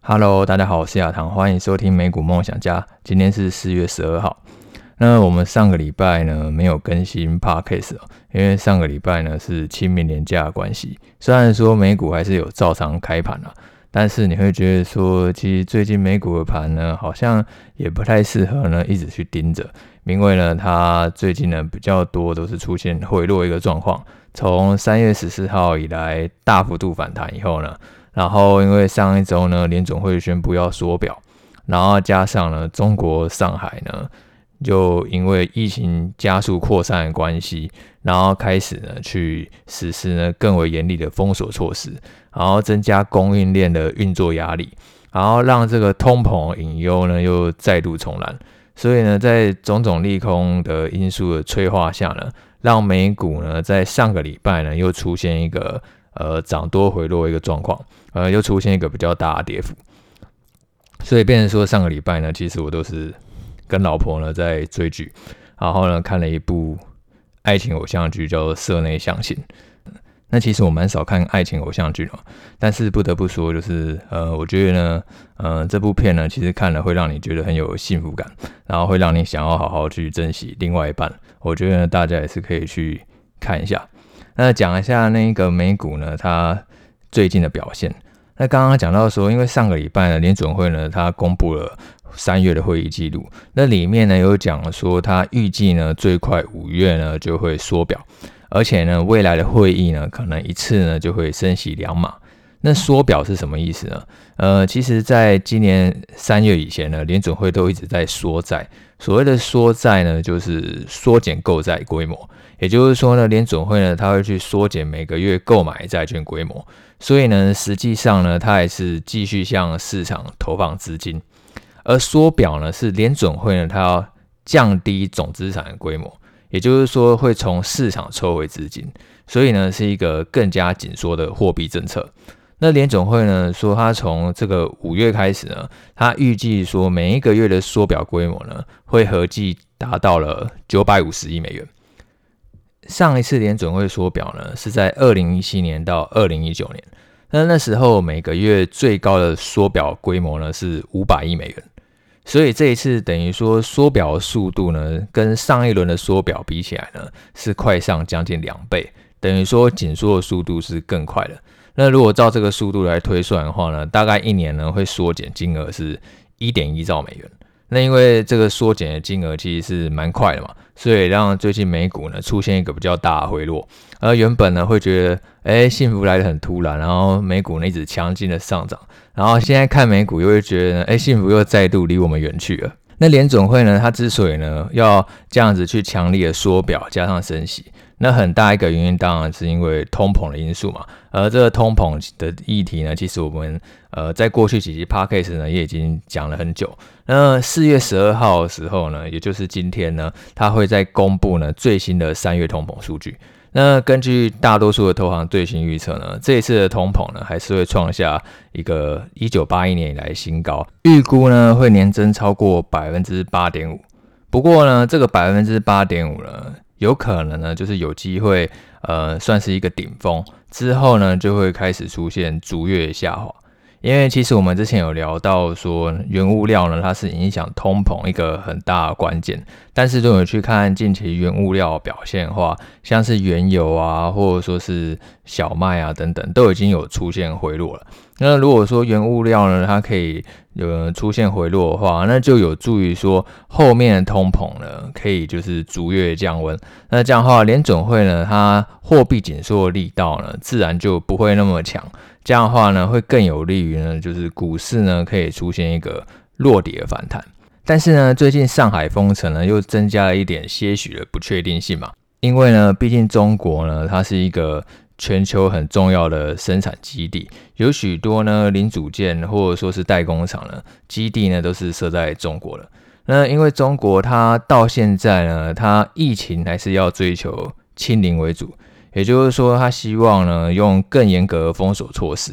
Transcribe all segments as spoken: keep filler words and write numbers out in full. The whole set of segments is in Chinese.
Hello， 大家好，我是亚堂，欢迎收听美股梦想家。今天是四月十二号。那我们上个礼拜呢没有更新 Podcast 哦，因为上个礼拜呢是清明连假的关系。虽然说美股还是有照常开盘啦，但是你会觉得说，其实最近美股的盘呢，好像也不太适合呢一直去盯着，因为呢它最近呢比较多都是出现回落一个状况。从三月十四号以来大幅度反弹以后呢。然后因为上一周呢，联准会宣布要缩表，然后加上呢，中国上海呢，就因为疫情加速扩散的关系，然后开始呢去实施呢更为严厉的封锁措施，然后增加供应链的运作压力，然后让这个通膨隐忧呢又再度重燃。所以呢，在种种利空的因素的催化下呢，让美股呢在上个礼拜呢又出现一个呃涨多回落一个状况。呃，又出现一个比较大的跌幅，所以变成说上个礼拜呢，其实我都是跟老婆呢在追剧，然后呢看了一部爱情偶像剧叫做《社内相亲》。那其实我蛮少看爱情偶像剧的，但是不得不说，就是呃，我觉得呢，呃，这部片呢，其实看了会让你觉得很有幸福感，然后会让你想要好好去珍惜另外一半。我觉得呢，大家也是可以去看一下。那讲一下那个美股呢，它最近的表现。那刚刚讲到说，因为上个礼拜呢，联准会呢，它公布了三月的会议记录，那里面呢有讲说，它预计呢最快五月呢就会缩表，而且呢未来的会议呢可能一次呢就会升息两码。那缩表是什么意思呢？呃，其实在今年三月以前呢，联准会都一直在缩债。所谓的缩债呢，就是缩减购债规模。也就是说呢，联准会呢，它会去缩减每个月购买债券规模。所以呢，实际上呢，它还是继续向市场投放资金。而缩表呢，是联准会呢，它要降低总资产的规模。也就是说，会从市场抽回资金。所以呢，是一个更加紧缩的货币政策。那联准会呢说，它从这个五月开始呢，它预计说每一个月的缩表规模呢，会合计达到了九百五十亿美元。上一次联准会缩表呢，是在二零一七年到二零一九年，那那时候每个月最高的缩表规模呢是五百亿美元。所以这一次等于说缩表的速度呢，跟上一轮的缩表比起来呢，是快上将近两倍，等于说紧缩的速度是更快的。那如果照这个速度来推算的话呢，大概一年呢会缩减金额是 一点一兆美元。那因为这个缩减的金额其实是蛮快的嘛，所以让最近美股呢出现一个比较大的回落。而原本呢会觉得，哎，幸福来得很突然，然后美股呢一直强劲的上涨，然后现在看美股又会觉得，哎，幸福又再度离我们远去了。那联准会呢，它之所以呢要这样子去强力的缩表加上升息，那很大一个原因当然是因为通膨的因素嘛。而这个通膨的议题呢，其实我们呃在过去几期 Podcast 呢也已经讲了很久。那四月十二号的时候呢，也就是今天呢，它会再公布呢最新的三月通膨数据。那根据大多数的投行最新预测呢，这一次的通膨呢还是会创下一个一九八一年以来的新高，预估呢会年增超过 百分之八点五。不过呢，这个 百分之八点五 呢，有可能呢就是有机会呃算是一个顶峰，之后呢就会开始出现逐月下滑。因为其实我们之前有聊到说，原物料呢它是影响通膨一个很大的关键，但是如果去看近期原物料表现的话，像是原油啊，或者说是小麦啊等等，都已经有出现回落了。那如果说原物料呢它可以有出现回落的话，那就有助于说后面的通膨呢可以就是逐月降温。那这样的话，联准会呢它货币紧缩的力道呢自然就不会那么强。这样的话呢，会更有利于呢，就是股市呢可以出现一个落底的反弹。但是呢，最近上海封城呢又增加了一点些许的不确定性嘛，因为呢，毕竟中国呢它是一个全球很重要的生产基地，有许多呢零组件或者说是代工厂呢基地呢都是设在中国的。那因为中国它到现在呢，它疫情还是要追求清零为主。也就是说，他希望呢用更严格的封锁措施，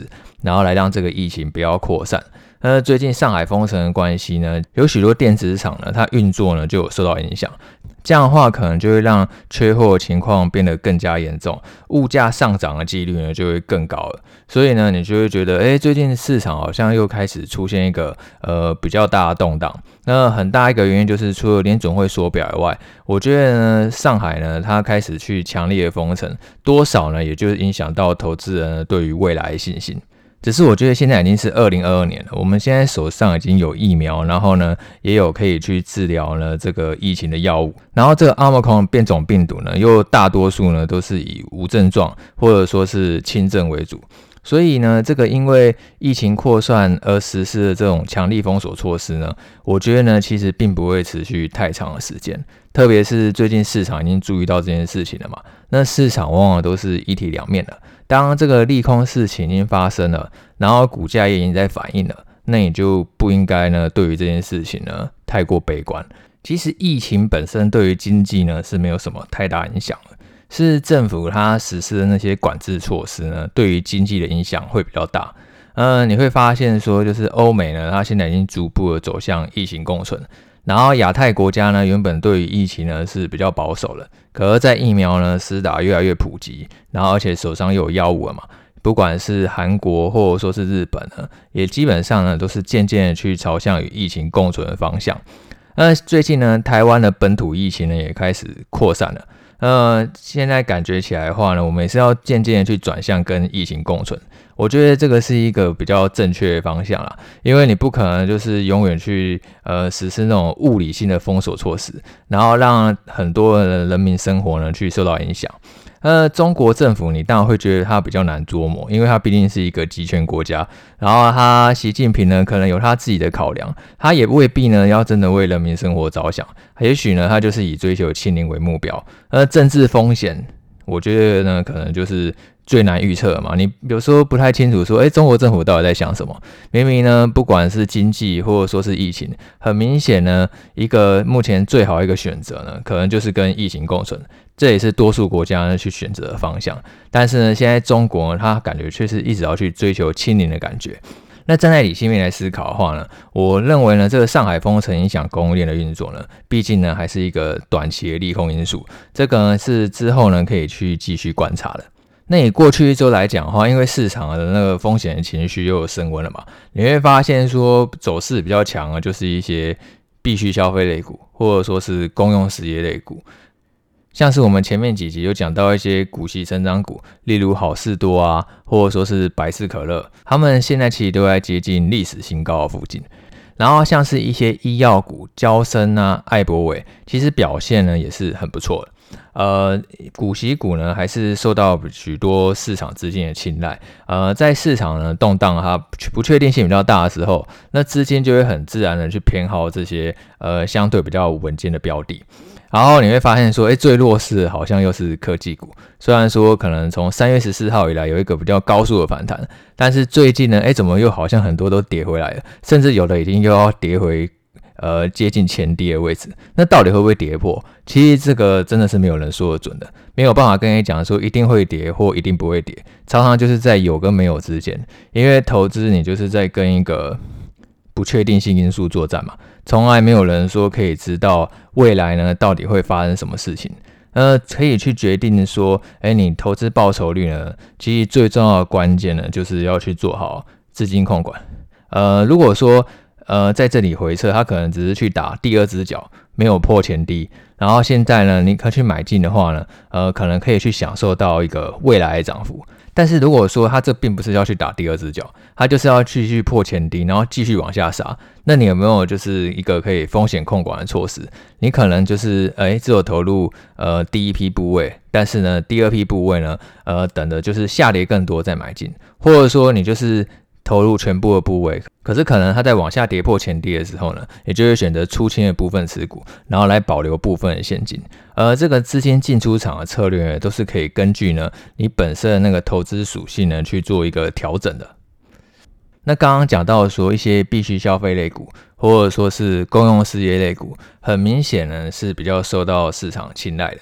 然后来让这个疫情不要扩散。那最近上海封城的关系呢，有许多电子厂呢，它运作呢就有受到影响。这样的话，可能就会让缺货的情况变得更加严重，物价上涨的几率呢就会更高了。所以呢，你就会觉得，哎，最近市场好像又开始出现一个呃比较大的动荡。那很大一个原因就是，除了联准会缩表以外，我觉得呢，上海呢它开始去强烈的封城，多少呢，也就是影响到投资人对于未来的信心。只是我觉得现在已经是二零二二年了，我们现在手上已经有疫苗，然后呢也有可以去治疗呢这个疫情的药物，然后这个 Omicron 变种病毒呢又大多数呢都是以无症状或者说是轻症为主，所以呢这个因为疫情扩散而实施的这种强力封锁措施呢，我觉得呢其实并不会持续太长的时间，特别是最近市场已经注意到这件事情了嘛，那市场往往都是一体两面的。当这个利空事情已经发生了，然后股价也已经在反应了，那你就不应该呢对于这件事情呢太过悲观。其实疫情本身对于经济呢是没有什么太大影响的，是政府它实施的那些管制措施呢对于经济的影响会比较大。呃，你会发现说就是欧美呢它现在已经逐步的走向疫情共存，然后亚太国家呢原本对于疫情呢是比较保守的，可是在疫苗呢施打越来越普及，然后而且手上又有药物了嘛，不管是韩国或者说是日本呢，也基本上呢都是渐渐的去朝向与疫情共存的方向。那最近呢台湾的本土疫情呢也开始扩散了，呃，现在感觉起来的话呢，我们也是要渐渐的去转向跟疫情共存。我觉得这个是一个比较正确的方向啦，因为你不可能就是永远去呃实施那种物理性的封锁措施，然后让很多的人民生活呢去受到影响。呃，中国政府你当然会觉得它比较难捉摸，因为它毕竟是一个集权国家，然后他习近平呢可能有他自己的考量，他也未必呢要真的为人民生活着想，也许呢他就是以追求清零为目标。呃，政治风险，我觉得呢可能就是最难预测嘛，你有时候不太清楚说，哎，中国政府到底在想什么？明明呢，不管是经济或者说是疫情，很明显呢，一个目前最好一个选择呢，可能就是跟疫情共存，这也是多数国家呢去选择的方向。但是呢，现在中国呢，它感觉却是一直要去追求清零的感觉。那站在理性面来思考的话呢，我认为呢，这个上海封城影响供应链的运作呢，毕竟呢还是一个短期的利空因素，这个呢是之后呢可以去继续观察的。那以过去一周来讲的话，因为市场的那个风险情绪又有升温了嘛，你会发现说走势比较强的就是一些必需消费类股，或者说是公用事业类股。像是我们前面几集有讲到一些股息成长股，例如好事多啊，或者说是百事可乐，他们现在其实都在接近历史新高的附近。然后像是一些医药股，交生啊、艾博伟，其实表现呢也是很不错的。呃，股息股呢还是受到许多市场资金的青睐。呃，在市场呢动荡它不确定性比较大的时候，那资金就会很自然的去偏好这些呃相对比较稳健的标的。然后你会发现说，哎，最弱势的好像又是科技股。虽然说可能从三月十四号以来有一个比较高速的反弹，但是最近呢，哎，怎么又好像很多都跌回来了，甚至有的已经又要跌回呃接近前低的位置。那到底会不会跌破？其实这个真的是没有人说得准的，没有办法跟你讲说一定会跌或一定不会跌，常常就是在有跟没有之间。因为投资你就是在跟一个不确定性因素作战嘛，从来没有人说可以知道未来呢到底会发生什么事情。呃，可以去决定说，哎，你投资报酬率呢，其实最重要的关键呢，就是要去做好资金控管。呃，如果说呃在这里回撤，它可能只是去打第二只脚，没有破前低，然后现在呢，你可以去买进的话呢，呃，可能可以去享受到一个未来的涨幅。但是如果说它这并不是要去打第二只脚，它就是要继续破前低，然后继续往下杀，那你有没有就是一个可以风险控管的措施？你可能就是哎，只有投入呃第一批部位，但是呢第二批部位呢，呃等的就是下跌更多再买进，或者说你就是投入全部的部位，可是可能它在往下跌破前低的时候呢，也就会选择出清的部分持股，然后来保留部分的现金。而这个资金进出场的策略呢，都是可以根据呢你本身的那个投资属性呢去做一个调整的。那刚刚讲到说一些必需消费类股，或者说是公用事业类股，很明显呢是比较受到市场青睐的。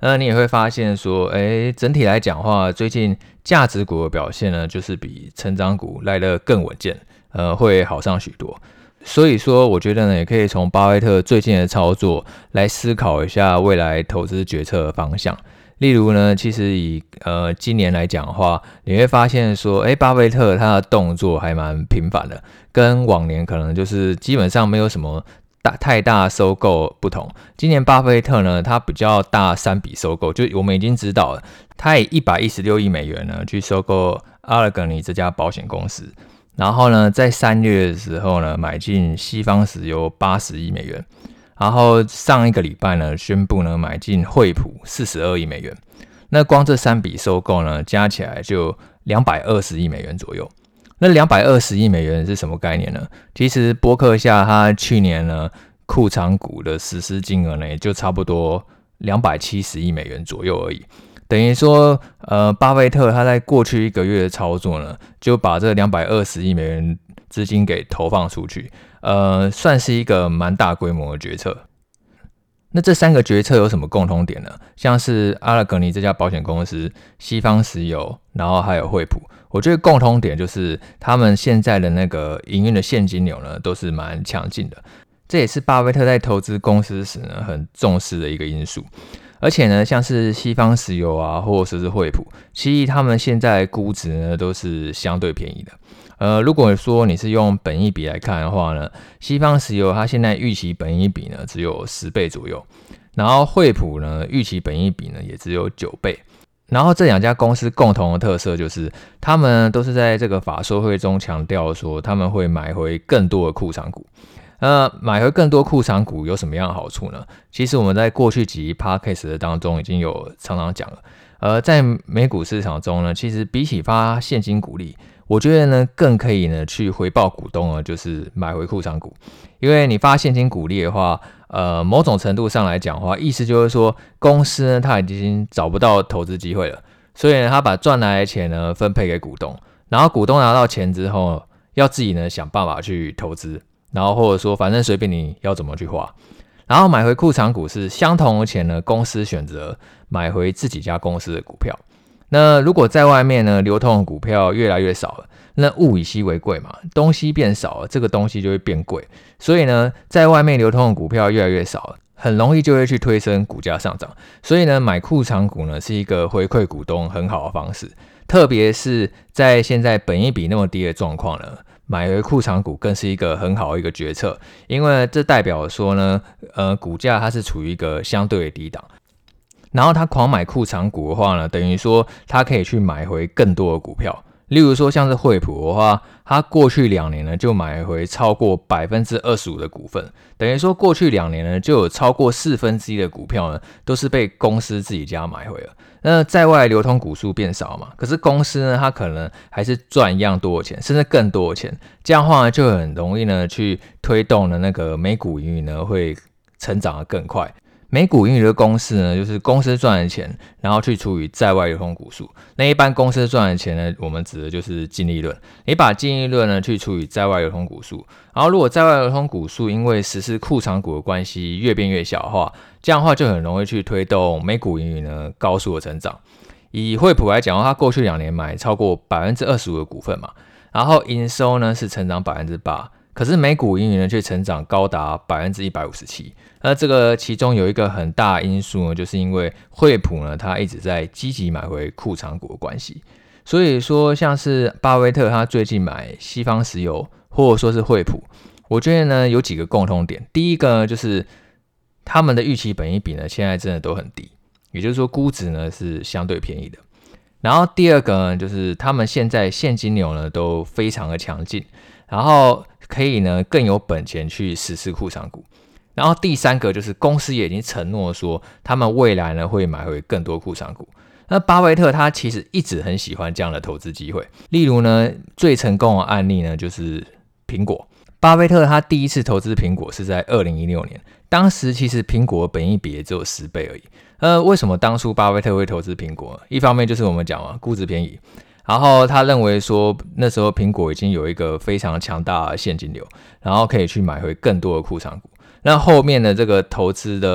那你也会发现说，哎，整体来讲的话，最近价值股的表现呢，就是比成长股来得更稳健，呃，会好上许多。所以说，我觉得呢，也可以从巴菲特最近的操作来思考一下未来投资决策的方向。例如呢，其实以呃今年来讲的话，你会发现说，哎，巴菲特他的动作还蛮频繁的，跟往年可能就是基本上没有什么大太大收购不同。今年巴菲特呢，他比较大三笔收购，就我们已经知道了，他以一百一十六亿美元呢去收购阿勒格尼这家保险公司。然后呢，在三月的时候呢，买进西方石油八十亿美元，然后上一个礼拜呢，宣布呢买进惠普四十二亿美元。那光这三笔收购呢，加起来就两百二十亿美元左右。那两百二十亿美元是什么概念呢？其实波克夏他去年呢库藏股的实施金额呢，也就差不多两百七十亿美元左右而已。等于说，呃，巴菲特他在过去一个月的操作呢，就把这两百二十亿美元资金给投放出去，呃，算是一个蛮大规模的决策。那这三个决策有什么共通点呢？像是阿勒格尼这家保险公司、西方石油，然后还有惠普，我觉得共通点就是他们现在的那个营运的现金流呢，都是蛮强劲的。这也是巴菲特在投资公司时呢，很重视的一个因素。而且呢，像是西方石油啊，或者是惠普，其实他们现在估值呢都是相对便宜的。呃，如果说你是用本益比来看的话呢，西方石油它现在预期本益比呢只有十倍左右，然后惠普呢预期本益比呢也只有九倍。然后这两家公司共同的特色就是，他们都是在这个法说会中强调说，他们会买回更多的库藏股。呃，买回更多库藏股有什么样的好处呢？其实我们在过去几集 podcast 的当中已经有常常讲了。呃，在美股市场中呢，其实比起发现金股利，我觉得呢更可以呢去回报股东呢，就是买回库藏股。因为你发现金股利的话，呃，某种程度上来讲的话，意思就是说公司呢它已经找不到投资机会了，所以呢他把赚来的钱呢分配给股东，然后股东拿到钱之后，要自己呢想办法去投资。然后或者说反正随便你要怎么去花，然后买回库藏股是相同的钱呢，公司选择买回自己家公司的股票。那如果在外面呢流通的股票越来越少了，那物以稀为贵嘛，东西变少了，这个东西就会变贵。所以呢，在外面流通的股票越来越少了，很容易就会去推升股价上涨。所以呢，买库藏股呢是一个回馈股东很好的方式，特别是在现在本益比那么低的状况呢。买回库藏股更是一个很好的一个决策，因为这代表说呢，呃，股价它是处于一个相对的低档，然后他狂买库藏股的话呢，等于说他可以去买回更多的股票。例如说像是惠普的话，他过去两年呢就买回超过 百分之二十五 的股份，等于说过去两年呢就有超过四分之一的股票呢都是被公司自己家买回了。那在外流通股数变少嘛，可是公司呢它可能还是赚一样多的钱，甚至更多的钱，这样的话呢就很容易呢去推动的那个每股盈余呢会成长得更快。每股盈余的公式呢，就是公司赚的钱，然后去除以在外流通股数。那一般公司赚的钱呢，我们指的就是净利润。你把净利润呢去除以在外流通股数，然后如果在外流通股数因为实施库藏股的关系越变越小的话，这样的话就很容易去推动每股盈余呢高速的成长。以惠普来讲的话，它过去两年买超过 百分之二十五 的股份嘛，然后营收呢是成长 百分之八。可是每股盈余呢却成长高达 百分之一百五十七， 那这个其中有一个很大的因素呢，就是因为惠普呢它一直在积极买回库藏股的关系。所以说像是巴菲特他最近买西方石油或者说是惠普，我觉得呢有几个共通点。第一个呢就是他们的预期本益比呢现在真的都很低，也就是说估值呢是相对便宜的。然后第二个呢就是他们现在现金流呢都非常的强劲，然后可以呢更有本钱去实施库藏股。然后第三个就是公司也已经承诺说他们未来呢会买回更多库藏股。那巴菲特他其实一直很喜欢这样的投资机会，例如呢最成功的案例呢就是苹果。巴菲特他第一次投资苹果是在二零一六年，当时其实苹果的本益比也只有十倍而已。呃，为什么当初巴菲特会投资苹果？一方面就是我们讲嘛，估值便宜，然后他认为说那时候苹果已经有一个非常强大的现金流，然后可以去买回更多的库藏股。那后面的这个投资的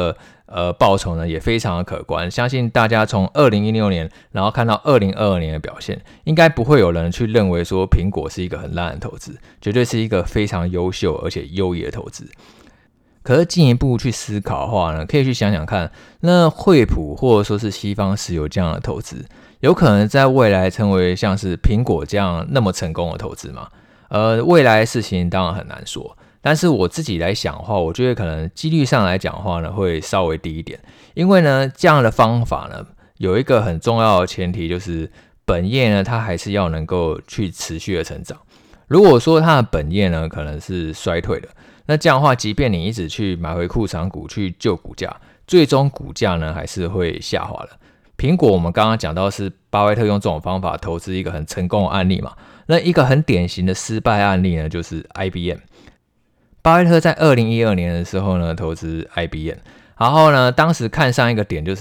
呃报酬呢也非常的可观。相信大家从二零一六年然后看到二零二二年的表现，应该不会有人去认为说苹果是一个很烂的投资，绝对是一个非常优秀而且优异的投资。可是进一步去思考的话呢，可以去想想看，那惠普或者说是西方石油这样的投资，有可能在未来成为像是苹果这样那么成功的投资吗？呃，未来的事情当然很难说，但是我自己来想的话，我觉得可能几率上来讲的话呢，会稍微低一点，因为呢，这样的方法呢，有一个很重要的前提，就是本业呢，它还是要能够去持续的成长。如果说它的本业呢，可能是衰退的，那这样的话，即便你一直去买回库藏股去救股价，最终股价呢还是会下滑的。苹果我们刚刚讲到是巴菲特用这种方法投资一个很成功的案例嘛，那一个很典型的失败案例呢就是 I B M。 巴菲特在二零一二年的时候呢投资 I B M， 然后呢当时看上一个点就是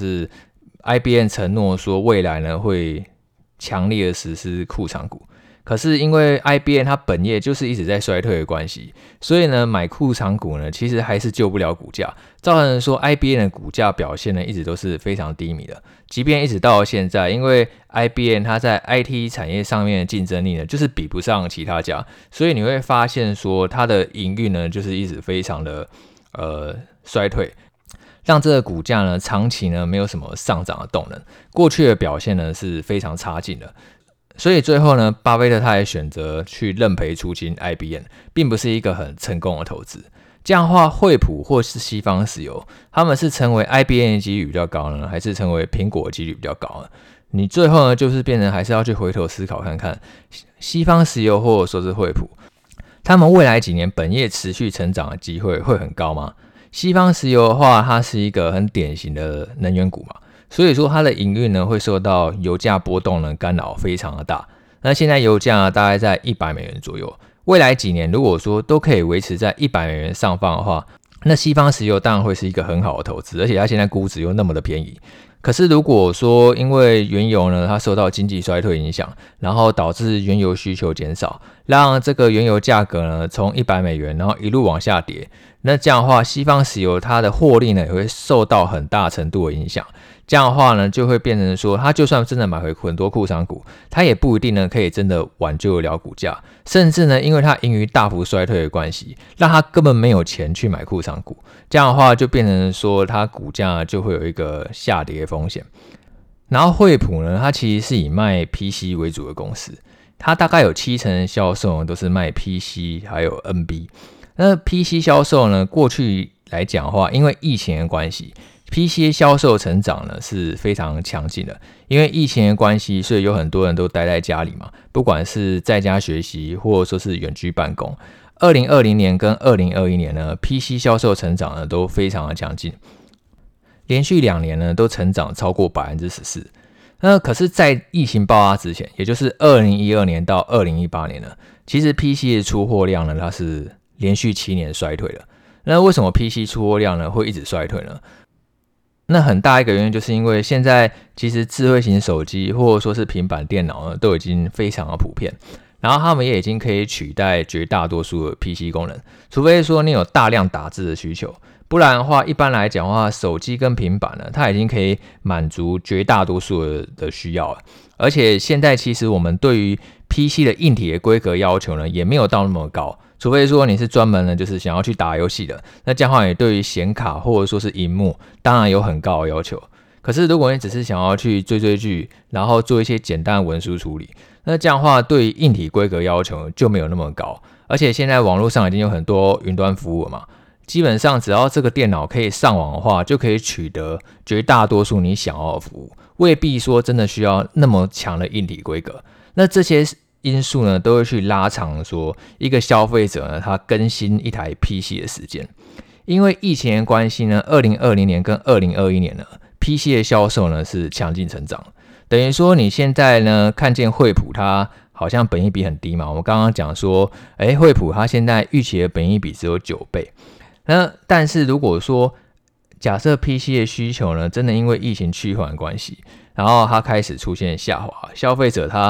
I B M 承诺说未来呢会强烈的实施库藏股，可是因为 I B M 它本业就是一直在衰退的关系，所以呢买库藏股呢其实还是救不了股价，造成说 I B M 的股价表现呢一直都是非常低迷的。即便一直到现在，因为 I B M 它在 I T 产业上面的竞争力呢就是比不上其他家，所以你会发现说它的营运呢就是一直非常的呃衰退，让这个股价呢长期呢没有什么上涨的动能，过去的表现呢是非常差劲的。所以最后呢，巴菲特他也选择去认赔出清 I B M， 并不是一个很成功的投资。这样的话，惠普或是西方石油，他们是成为 I B M 的几率比较高呢，还是成为苹果的几率比较高呢？你最后呢，就是变成还是要去回头思考看看，西方石油或者说是惠普，他们未来几年本业持续成长的机会会很高吗？西方石油的话，它是一个很典型的能源股嘛。所以说它的营运呢会受到油价波动呢干扰非常的大。那现在油价大概在一百美元左右，未来几年如果说都可以维持在一百美元上方的话，那西方石油当然会是一个很好的投资，而且它现在估值又那么的便宜。可是如果说因为原油呢它受到经济衰退影响，然后导致原油需求减少，让这个原油价格呢从一百美元然后一路往下跌，那这样的话西方石油它的获利呢也会受到很大程度的影响。这样的话呢就会变成说它就算真的买回很多库藏股，它也不一定呢可以真的挽救得了股价，甚至呢因为它盈余大幅衰退的关系，让它根本没有钱去买库藏股，这样的话就变成说它股价就会有一个下跌的风险。然后惠普呢它其实是以卖 P C 为主的公司，它大概有七成的销售都是卖 P C 还有 N B。 那 P C 销售呢过去来讲的话，因为疫情的关系P C 销售成长呢是非常强劲的，因为疫情的关系，所以有很多人都待在家里嘛，不管是在家学习或者说是远距办公。二零二零年跟二零二一年呢 P C 销售成长呢都非常的强劲，连续两年呢都成长超过 百分之十四。 那可是在疫情爆发之前，也就是二零一二年到二零一八年呢，其实 P C 的出货量呢它是连续七年衰退了。那为什么 P C 出货量呢会一直衰退呢？那很大一个原因就是因为现在其实智慧型手机或者说是平板电脑呢都已经非常的普遍，然后他们也已经可以取代绝大多数的 P C 功能，除非说你有大量打字的需求，不然的话一般来讲的话，手机跟平板呢它已经可以满足绝大多数的需要了。而且现在其实我们对于 P C 的硬体的规格要求呢也没有到那么高，除非说你是专门呢就是想要去打游戏的，那这样的话也对于显卡或者说是萤幕当然有很高的要求。可是如果你只是想要去追追剧，然后做一些简单的文书处理，那这样的话对于硬体规格要求就没有那么高。而且现在网络上已经有很多云端服务了嘛，基本上只要这个电脑可以上网的话，就可以取得绝大多数你想要的服务，未必说真的需要那么强的硬体规格。那这些因素呢都会去拉长说一个消费者呢他更新一台 P C 的时间。因为疫情的关系呢，二零二零年跟二零二一年呢 P C 的销售呢是强劲成长，等于说你现在呢看见惠普它好像本益比很低嘛，我们刚刚讲说诶惠普它现在预期的本益比只有九倍。那但是如果说假设 P C 的需求呢真的因为疫情趋缓的关系，然后它开始出现下滑，消费者他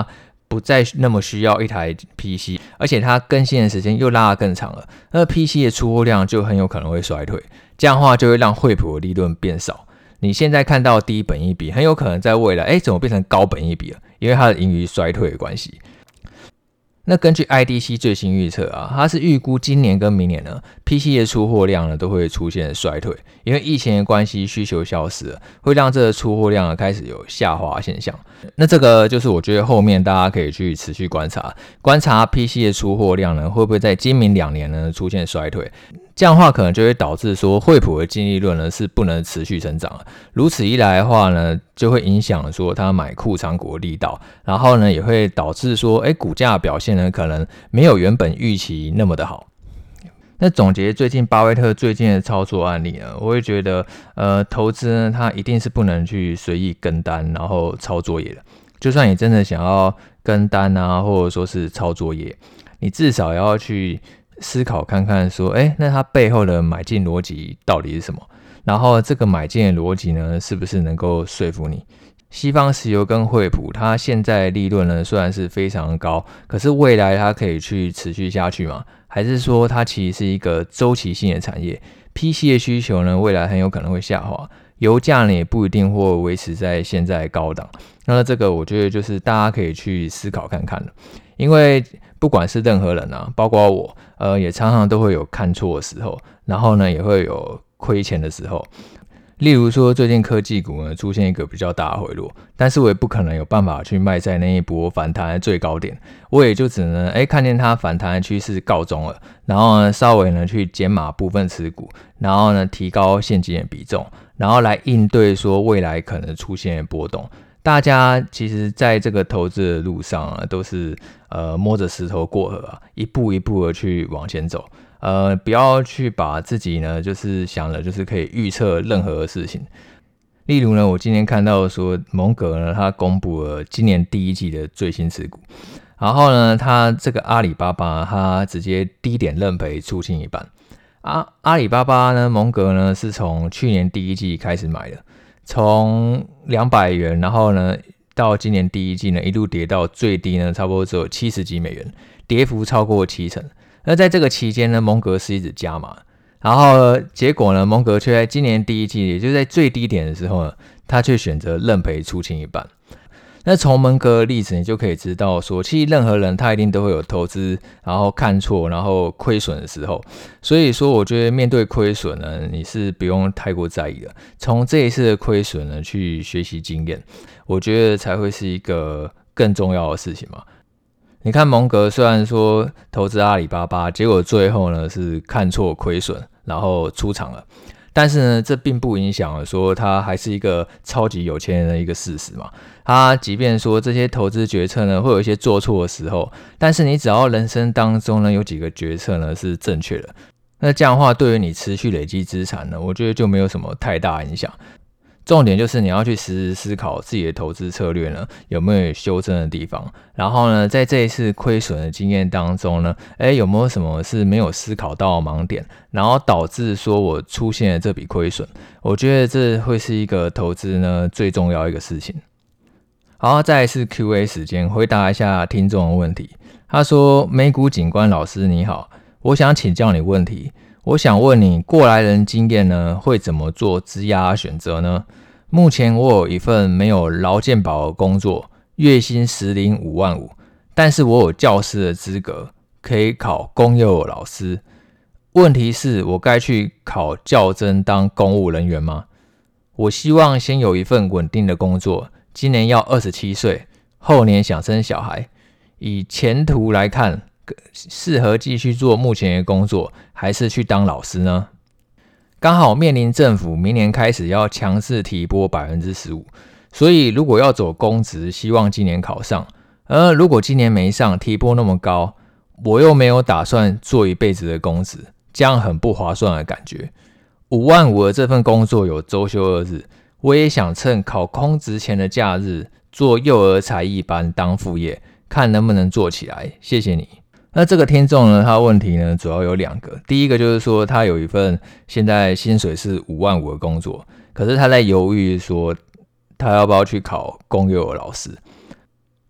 不再那么需要一台 P C， 而且它更新的时间又拉得更长了，那 P C 的出货量就很有可能会衰退，这样的话就会让惠普的利润变少。你现在看到低本益比，很有可能在未来，哎，怎么变成高本益比了？因为它的盈余衰退的关系。那根据 I D C 最新预测啊，它是预估今年跟明年呢 ，P C 的出货量呢都会出现衰退，因为疫情的关系，需求消失了，会让这个出货量开始有下滑现象。那这个就是我觉得后面大家可以去持续观察，观察 P C 的出货量呢会不会在今明两年呢出现衰退。这样的话可能就会导致说惠普的净利润呢是不能持续成长了，如此一来的话呢，就会影响说他买库藏股的力道，然后呢也会导致说，哎，股价表现呢可能没有原本预期那么的好。那总结最近巴菲特最近的操作案例呢，我会觉得，呃，投资呢它一定是不能去随意跟单，然后抄作业的。就算你真的想要跟单啊，或者说是抄作业，你至少要去思考看看说，哎，那它背后的买进逻辑到底是什么？然后这个买进的逻辑呢，是不是能够说服你？西方石油跟惠普，它现在利润呢虽然是非常高，可是未来它可以去持续下去吗？还是说它其实是一个周期性的产业 ？P C 的需求呢，未来很有可能会下滑，油价呢也不一定会维持在现在高档。那这个我觉得就是大家可以去思考看看的，因为不管是任何人啊，包括我，呃，也常常都会有看错的时候，然后呢也会有亏钱的时候。例如说，最近科技股呢出现一个比较大的回落，但是我也不可能有办法去卖在那一波反弹的最高点，我也就只能哎看见它反弹的趋势告终了，然后呢稍微呢去减码部分持股，然后呢提高现金的比重，然后来应对说未来可能出现的波动。大家其实在这个投资的路上啊，都是呃摸着石头过河啊，一步一步的去往前走。呃，不要去把自己呢，就是想了，就是可以预测任何的事情。例如呢，我今天看到说蒙格呢，他公布了今年第一季的最新持股，然后呢，他这个阿里巴巴，他直接低点认赔出清一半。啊，阿里巴巴呢，蒙格呢是从去年第一季开始买的，从两百元，然后呢到今年第一季呢一路跌到最低呢，差不多只有七十几美元，跌幅超过七成。那在这个期间呢，蒙格是一直加码，然后结果呢，蒙格却在今年第一季，也就是在最低点的时候呢，他却选择认赔出清一半。那从蒙格的例子，你就可以知道说，其实任何人他一定都会有投资，然后看错，然后亏损的时候。所以说，我觉得面对亏损呢，你是不用太过在意的。从这一次的亏损呢，去学习经验，我觉得才会是一个更重要的事情嘛。你看蒙格虽然说投资阿里巴巴，结果最后呢是看错亏损，然后出场了。但是呢，这并不影响了说他还是一个超级有钱人的一个事实嘛。他即便说这些投资决策呢会有一些做错的时候，但是你只要人生当中呢有几个决策呢是正确的，那这样的话对于你持续累积资产呢，我觉得就没有什么太大影响。重点就是你要去时时思考自己的投资策略呢有没有修正的地方，然后呢在这一次亏损的经验当中呢，诶有没有什么是没有思考到的盲点，然后导致说我出现了这笔亏损。我觉得这会是一个投资呢最重要一个事情。好，再来是 Q A 时间，回答一下听众的问题。他说，美股警官老师你好，我想请教你问题。我想问你，过来人经验呢，会怎么做职涯选择呢？目前我有一份没有劳健保的工作，月薪实领五万五，但是我有教师的资格，可以考公幼老师。问题是我该去考教甄当公务人员吗？我希望先有一份稳定的工作，今年要二十七岁，后年想生小孩。以前途来看，适合继续做目前的工作，还是去当老师呢？刚好面临政府明年开始要强势提拨 百分之十五， 所以如果要走公职，希望今年考上。而如果今年没上，提拨那么高，我又没有打算做一辈子的公职，这样很不划算的感觉。五万五的这份工作有周休二日，我也想趁考公职前的假日做幼儿才艺班当副业，看能不能做起来。谢谢你。那这个听众呢，他的问题呢主要有两个。第一个就是说，他有一份现在薪水是五万五的工作，可是他在犹豫说他要不要去考公幼的老师。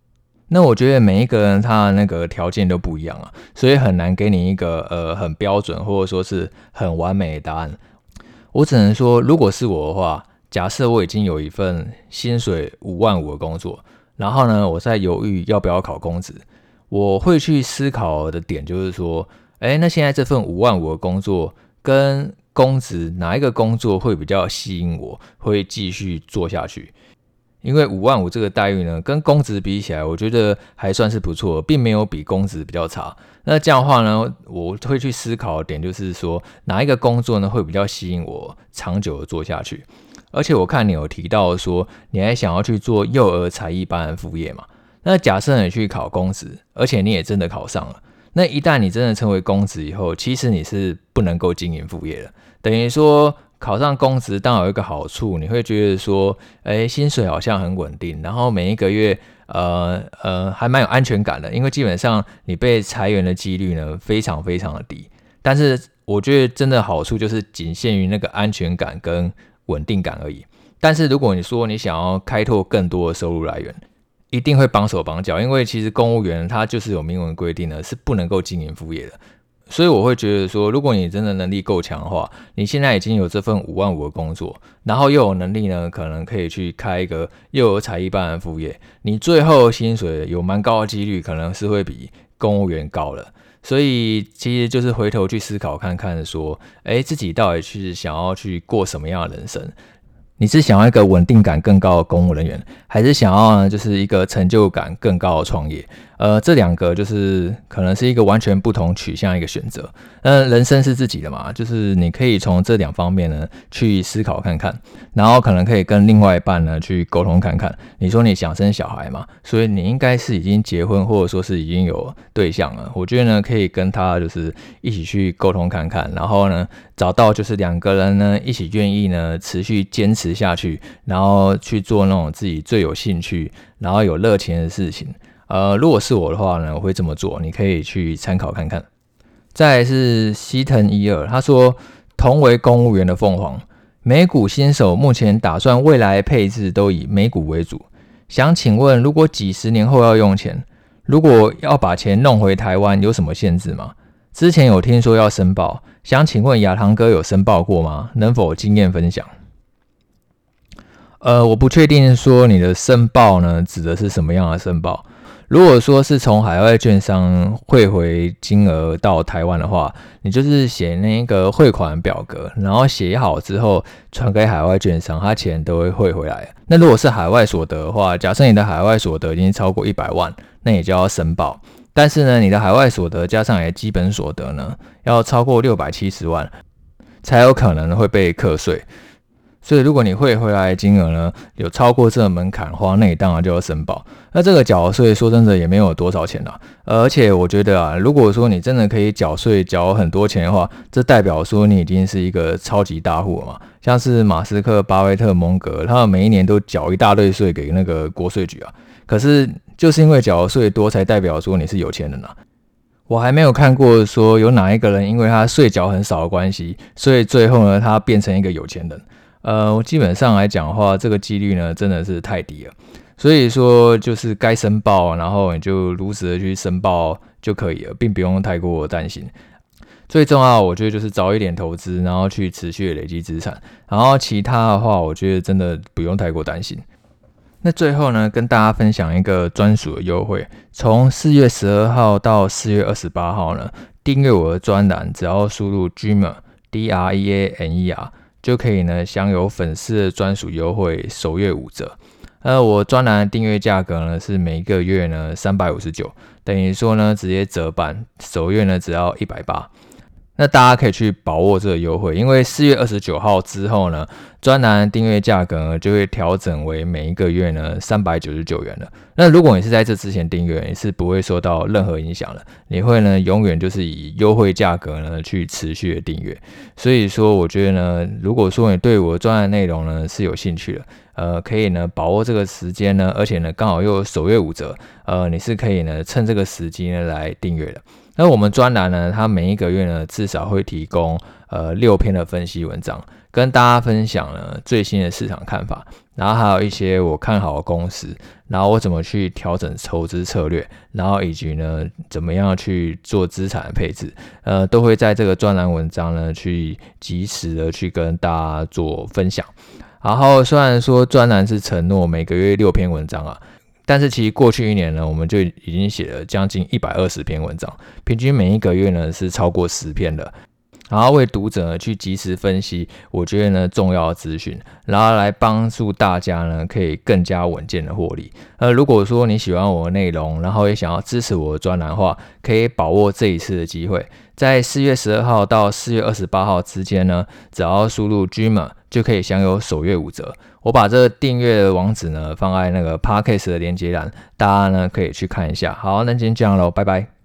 那我觉得每一个人他的那个条件都不一样啊，所以很难给你一个呃很标准或者说是很完美的答案。我只能说，如果是我的话，假设我已经有一份薪水五万五的工作，然后呢，我在犹豫要不要考公职，我会去思考的点就是说，哎，那现在这份五万五的工作跟公职哪一个工作会比较吸引我，会继续做下去？因为五万五这个待遇呢，跟公职比起来，我觉得还算是不错，并没有比公职比较差。那这样的话呢，我会去思考的点就是说，哪一个工作呢会比较吸引我长久的做下去？而且我看你有提到说，你还想要去做幼儿才艺班的副业嘛？那假设你去考公职，而且你也真的考上了，那一旦你真的成为公职以后，其实你是不能够经营副业的，等于说。考上公职当然有一个好处，你会觉得说，哎，薪水好像很稳定，然后每一个月，呃呃，还蛮有安全感的，因为基本上你被裁员的几率呢非常非常的低。但是我觉得真的好处就是仅限于那个安全感跟稳定感而已。但是如果你说你想要开拓更多的收入来源，一定会绑手绑脚，因为其实公务员他就是有明文规定的，是不能够经营副业的。所以我会觉得说，如果你真的能力够强的话，你现在已经有这份五万五的工作，然后又有能力呢，可能可以去开一个幼儿才艺班的副业，你最后薪水有蛮高的几率，可能是会比公务员高了。所以其实就是回头去思考看看说，哎，自己到底是想要去过什么样的人生？你是想要一个稳定感更高的公务人员，还是想要呢就是一个成就感更高的创业？呃，这两个就是可能是一个完全不同取向一个选择。那人生是自己的嘛，就是你可以从这两方面呢去思考看看，然后可能可以跟另外一半呢去沟通看看。你说你想生小孩嘛，所以你应该是已经结婚或者说是已经有对象了。我觉得呢可以跟他就是一起去沟通看看，然后呢找到就是两个人呢一起愿意呢持续坚持下去，然后去做那种自己最有兴趣然后有热情的事情。呃，如果是我的话呢，我会这么做，你可以去参考看看。再来是西藤一二，他说同为公务员的凤凰，美股新手目前打算未来配置都以美股为主，想请问如果几十年后要用钱，如果要把钱弄回台湾有什么限制吗？之前有听说要申报，想请问亚堂哥有申报过吗？能否经验分享？呃，我不确定说你的申报呢指的是什么样的申报。如果说是从海外券商汇回金额到台湾的话，你就是写那个汇款表格，然后写好之后传给海外券商，他钱都会汇回来。那如果是海外所得的话，假设你的海外所得已经超过一百万，那你就要申报。但是呢，你的海外所得加上你的基本所得呢，要超过六百七十万，才有可能会被课税。所以如果你汇回来的金额呢有超过这个门槛的话，那你当然就要申报。那这个缴税说真的也没有多少钱啦，而且我觉得啊，如果说你真的可以缴税缴很多钱的话，这代表说你已经是一个超级大户了嘛。像是马斯克、巴菲特、蒙格，他们每一年都缴一大堆税给那个国税局啊。可是就是因为缴的税多，才代表说你是有钱人啊。我还没有看过说有哪一个人因为他税缴很少的关系，所以最后呢他变成一个有钱人。呃，基本上来讲的话，这个几率呢真的是太低了。所以说，就是该申报，然后你就如实的去申报就可以了，并不用太过担心。最重要，我觉得就是早一点投资，然后去持续的累积资产。然后其他的话，我觉得真的不用太过担心。那最后呢，跟大家分享一个专属的优惠，从四月十二号到四月二十八号呢，订阅我的专栏，只要输入 Dreamer D R E A N E R。就可以呢享有粉丝的专属优惠，首月五折。呃，我专栏的订阅价格呢是每个月呢三百五十九，等于说呢直接折半，首月呢只要一百八十。那大家可以去把握这个优惠，因为四月二十九号之后呢，专栏订阅价格呢就会调整为每一个月呢三百九十九元了。那如果你是在这之前订阅，你是不会受到任何影响的，你会呢永远就是以优惠价格呢去持续的订阅。所以说，我觉得呢，如果说你对我的专栏内容呢是有兴趣的，呃，可以呢把握这个时间呢，而且呢刚好又有首月五折，呃，你是可以呢趁这个时机呢来订阅的。 那我们专栏呢，它每一个月呢至少会提供呃六篇的分析文章，跟大家分享呢最新的市场看法，然后还有一些我看好的公司，然后我怎么去调整投资策略，然后以及呢怎么样去做资产的配置，呃，都会在这个专栏文章呢去及时的去跟大家做分享。然后虽然说专栏是承诺每个月六篇文章啊，但是其实过去一年呢，我们就已经写了将近一百二十篇文章，平均每一个月呢是超过十篇的。然后为读者呢去及时分析我觉得呢重要的资讯，然后来帮助大家呢可以更加稳健的获利。呃，如果说你喜欢我的内容，然后也想要支持我的专栏的话，可以把握这一次的机会，在四月十二号到四月二十八号之间呢，只要输入 G M A 就可以享有首月五折。我把这个订阅的网址呢放在那个 Podcast 的连结栏，大家呢可以去看一下。好，那今天这样咯，拜拜。